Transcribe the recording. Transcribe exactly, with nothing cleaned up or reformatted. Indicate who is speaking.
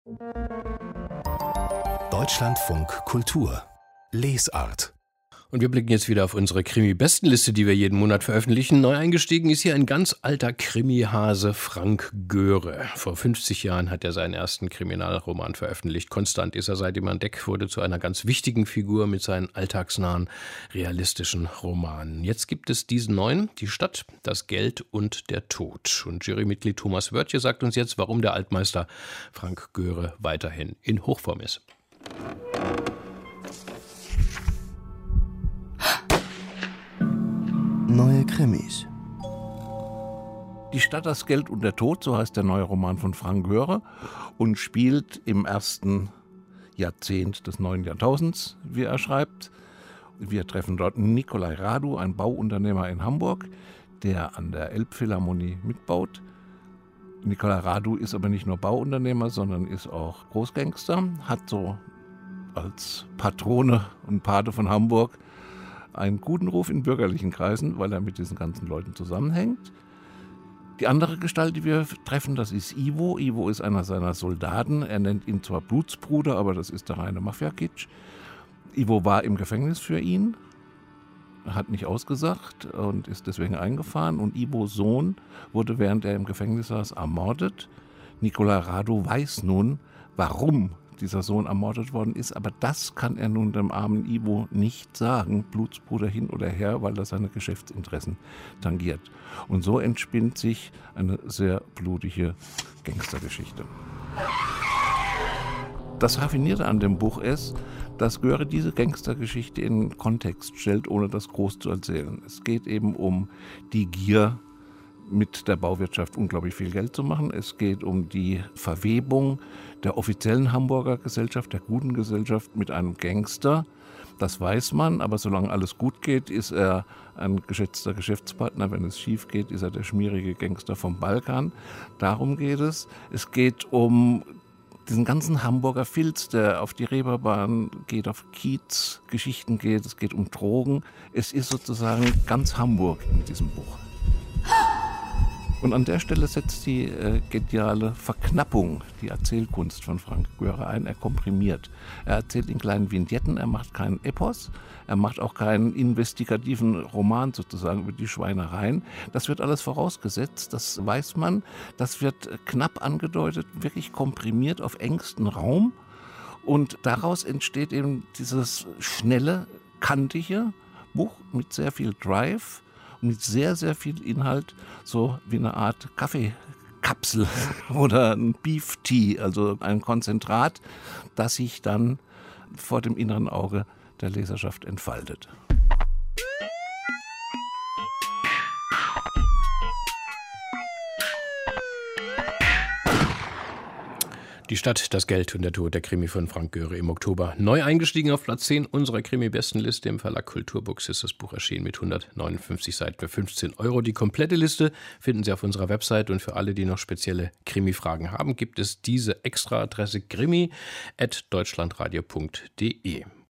Speaker 1: Deutschlandfunk Kultur Lesart.
Speaker 2: Und wir blicken jetzt wieder auf unsere Krimi-Bestenliste, die wir jeden Monat veröffentlichen. Neu eingestiegen ist hier ein ganz alter Krimi-Hase, Frank Göre. Vor fünfzig Jahren hat er seinen ersten Kriminalroman veröffentlicht. Konstant ist er seitdem an Deck, wurde zu einer ganz wichtigen Figur mit seinen alltagsnahen, realistischen Romanen. Jetzt gibt es diesen neuen, Die Stadt, das Geld und der Tod. Und Jurymitglied Thomas Wörtje sagt uns jetzt, warum der Altmeister Frank Göre weiterhin in Hochform ist.
Speaker 3: Neue Krimis.
Speaker 4: Die Stadt, das Geld und der Tod, so heißt der neue Roman von Frank Göre und spielt im ersten Jahrzehnt des neuen Jahrtausends, wie er schreibt. Wir treffen dort Nikolai Radu, ein Bauunternehmer in Hamburg, der an der Elbphilharmonie mitbaut. Nikolai Radu ist aber nicht nur Bauunternehmer, sondern ist auch Großgangster, hat so als Patrone und Pate von Hamburg einen guten Ruf in bürgerlichen Kreisen, weil er mit diesen ganzen Leuten zusammenhängt. Die andere Gestalt, die wir treffen, das ist Ivo. Ivo ist einer seiner Soldaten. Er nennt ihn zwar Blutsbruder, aber das ist der reine Mafia-Kitsch. Ivo war im Gefängnis für ihn, hat nicht ausgesagt und ist deswegen eingefahren. Und Ivos Sohn wurde, während er im Gefängnis saß, ermordet. Nikolai Radu weiß nun, warum dieser Sohn ermordet worden ist, aber das kann er nun dem armen Ivo nicht sagen, Blutsbruder hin oder her, weil das seine Geschäftsinteressen tangiert. Und so entspinnt sich eine sehr blutige Gangstergeschichte. Das Raffinierte an dem Buch ist, dass Göre diese Gangstergeschichte in Kontext stellt, ohne das groß zu erzählen. Es geht eben um die Gier, mit der Bauwirtschaft unglaublich viel Geld zu machen. Es geht um die Verwebung der offiziellen Hamburger Gesellschaft, der guten Gesellschaft mit einem Gangster. Das weiß man, aber solange alles gut geht, ist er ein geschätzter Geschäftspartner. Wenn es schief geht, ist er der schmierige Gangster vom Balkan. Darum geht es. Es geht um diesen ganzen Hamburger Filz, der auf die Reeperbahn geht, auf Kiez, Geschichten geht. Es geht um Drogen. Es ist sozusagen ganz Hamburg in diesem Buch. Und an der Stelle setzt die äh, geniale Verknappung, die Erzählkunst von Frank Göre ein. Er komprimiert. Er erzählt in kleinen Vignetten, er macht keinen Epos, er macht auch keinen investigativen Roman sozusagen über die Schweinereien. Das wird alles vorausgesetzt, das weiß man. Das wird knapp angedeutet, wirklich komprimiert auf engstem Raum. Und daraus entsteht eben dieses schnelle, kantige Buch mit sehr viel Drive, mit sehr, sehr viel Inhalt, so wie eine Art Kaffeekapsel oder ein Beef Tea, also ein Konzentrat, das sich dann vor dem inneren Auge der Leserschaft entfaltet.
Speaker 2: Die Stadt, das Geld und der Tod, der Krimi von Frank Göre im Oktober. Neu eingestiegen auf Platz zehn unserer Krimi-Bestenliste. Im Verlag Kulturbooks ist das Buch erschienen mit hundertneunundfünfzig Seiten für fünfzehn Euro. Die komplette Liste finden Sie auf unserer Website. Und für alle, die noch spezielle Krimi-Fragen haben, gibt es diese Extra-Adresse krimi at deutschlandradio punkt de.